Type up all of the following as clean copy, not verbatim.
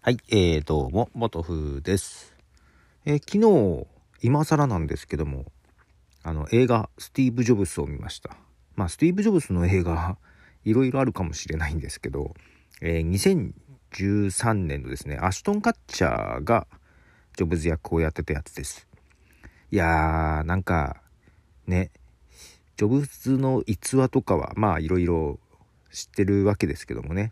はい、どうも、モトフです。昨日、今更なんですけども、映画、スティーブ・ジョブスを見ました。スティーブ・ジョブスの映画、いろいろあるかもしれないんですけど、2013年のですね、アシュトン・カッチャーが、ジョブズ役をやってたやつです。いやー、なんか、ね、ジョブズの逸話とかはいろいろ知ってるわけですけどもね、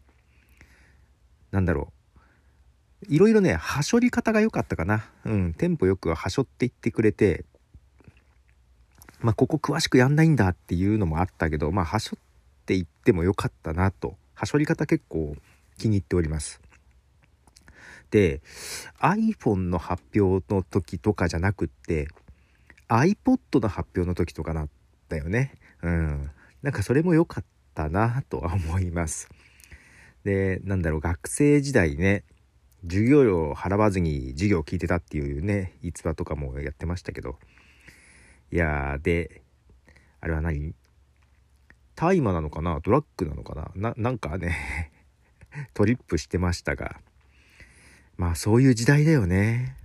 いろいろね、はしょり方が良かったかな。テンポよくはしょっていってくれて、ここ詳しくやんないんだっていうのもあったけど、はしょっていっても良かったなと。はしょり方結構気に入っております。で、iPhone の発表の時とかじゃなくって、iPod の発表の時とかなったよね。なんかそれも良かったなとは思います。で、学生時代ね、授業料を払わずに授業を聞いてたっていうね、逸話とかもやってましたけど、いやー、で、あれは大麻なのかな、ドラッグなのかな、なんかねトリップしてましたが、そういう時代だよね。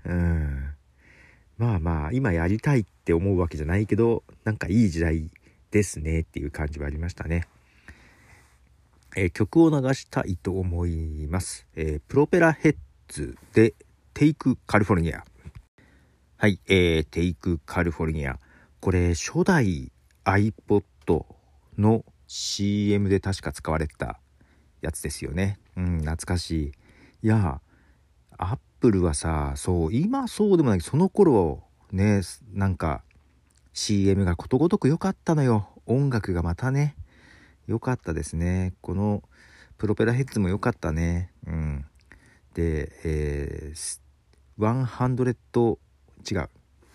今やりたいって思うわけじゃないけど、なんかいい時代ですねっていう感じはありましたね。曲を流したいと思います。プロペラヘッズでテイクカリフォルニア。はい、テイクカリフォルニア。これ初代 iPod の CM で確か使われてたやつですよね。懐かしい。いや、アップルはさ、今そうでもない、その頃ね、なんか CM がことごとく良かったのよ。音楽がまたね、良かったですね。このプロペラヘッズも良かったね。で、100違う。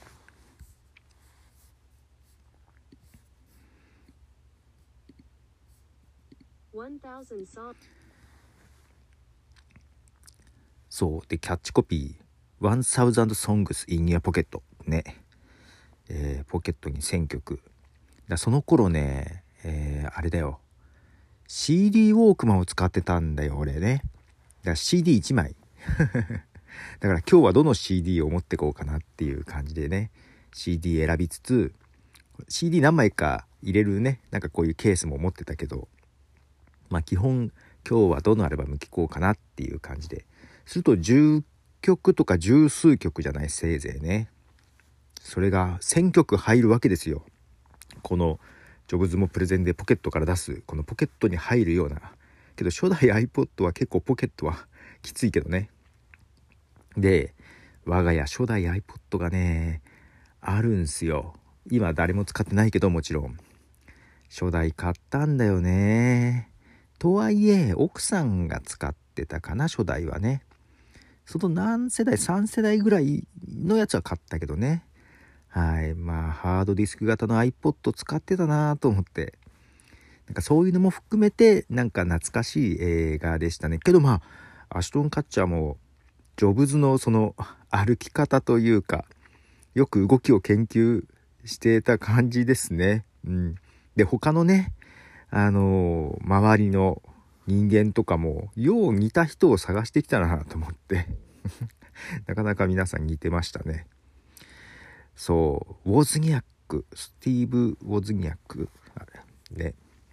そうで、キャッチコピー1000 songs in your pocket ね、ポケットに1000曲その頃ね、あれだよ、 CD ウォークマンを使ってたんだよ俺ね。CD1 枚だから今日はどの CD を持ってこうかなっていう感じでね、 CD 選びつつ CD 何枚か入れるね、なんかこういうケースも持ってたけど、基本今日はどのアルバム聴こうかなっていう感じで、すると10曲とか十数曲じゃない、せいぜいね。それが1000曲入るわけですよ。このジョブズもプレゼンでポケットから出す、このポケットに入るような。けど初代 iPod は結構ポケットはきついけどね。で、我が家初代 iPod がね、あるんすよ。今誰も使ってないけど、もちろん初代買ったんだよね。とはいえ奥さんが使ってたかな、初代はね。その何世代、3世代ぐらいのやつは買ったけどね。はい、ハードディスク型の iPod 使ってたなと思って、なんかそういうのも含めてなんか懐かしい映画でしたね。けどアシュトン・カッチャーもジョブズのその歩き方というか、よく動きを研究してた感じですね。で、他のね、周りの人間とかもよう似た人を探してきたなと思ってなかなか皆さん似てましたね。そう、ウォズニャック、スティーブ・ウォズニャックね、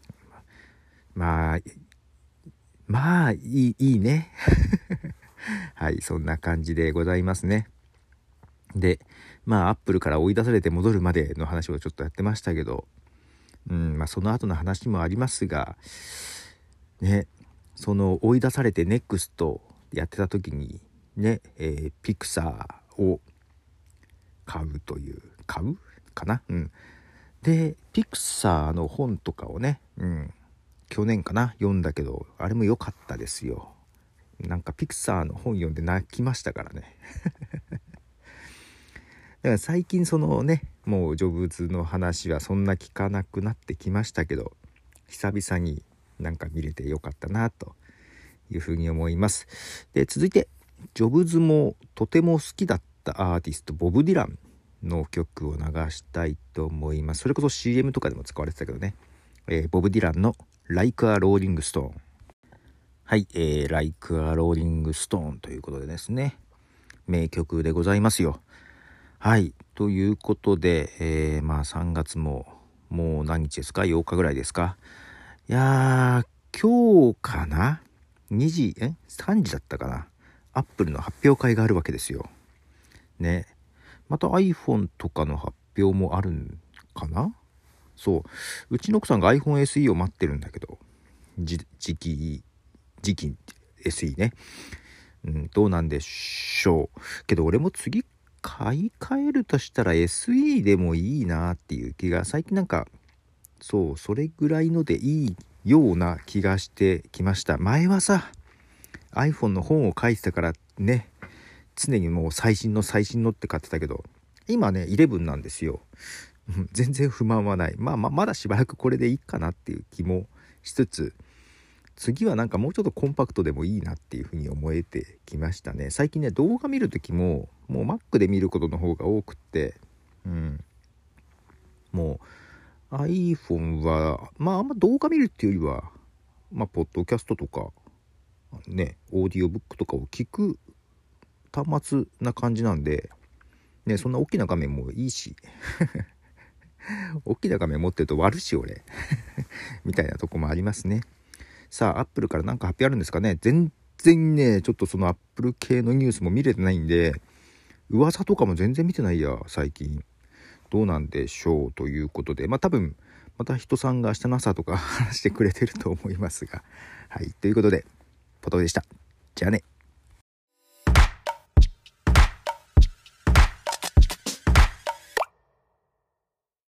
いいねはい、そんな感じでございますね。で、アップルから追い出されて戻るまでの話をちょっとやってましたけど、その後の話もありますがね、その追い出されてネクストやってた時にね、ピクサーを買うかな。でピクサーの本とかをね、去年かな読んだけど、あれも良かったですよ。なんかピクサーの本読んで泣きましたからねだから最近そのね、もうジョブズの話はそんな聞かなくなってきましたけど、久々になんか見れてよかったなというふうに思います。で、続いてジョブズもとても好きだったアーティストボブ・ディランの曲を流したいと思います。それこそ CM とかでも使われてたけどね、ボブ・ディランの Like a Rolling Stone。 はい、Like a Rolling Stone ということでですね、名曲でございますよ。はい、ということで、3月ももう何日ですか？ 8 日ぐらいですか？いやー、今日かな？ 3時だったかな？アップルの発表会があるわけですよ。ね。また iPhone とかの発表もあるんかな？そう。うちの奥さんが iPhone SE を待ってるんだけど、時期 SE ね。どうなんでしょう。けど俺も次買い替えるとしたら SE でもいいなっていう気が、最近なんか、それぐらいのでいいような気がしてきました。前はさ、iPhone の本を書いてたからね、常にもう最新のって買ってたけど、今ね、11なんですよ。全然不満はない。まだしばらくこれでいいかなっていう気もしつつ、次はなんかもうちょっとコンパクトでもいいなっていうふうに思えてきましたね。最近ね、動画見るときももう Mac で見ることの方が多くって、もう iPhone はあんま動画見るっていうよりはポッドキャストとかね、オーディオブックとかを聞く端末な感じなんでね、そんな大きな画面もいいし大きな画面持ってると割るし俺みたいなとこもありますね。さあ、アップルから何か発表あるんですかね。全然ね、ちょっとそのアップル系のニュースも見れてないんで、噂とかも全然見てないや最近。どうなんでしょうということで、多分また人さんが明日の朝とか話してくれてると思いますが、はい、ということでポトフでした。じゃあね。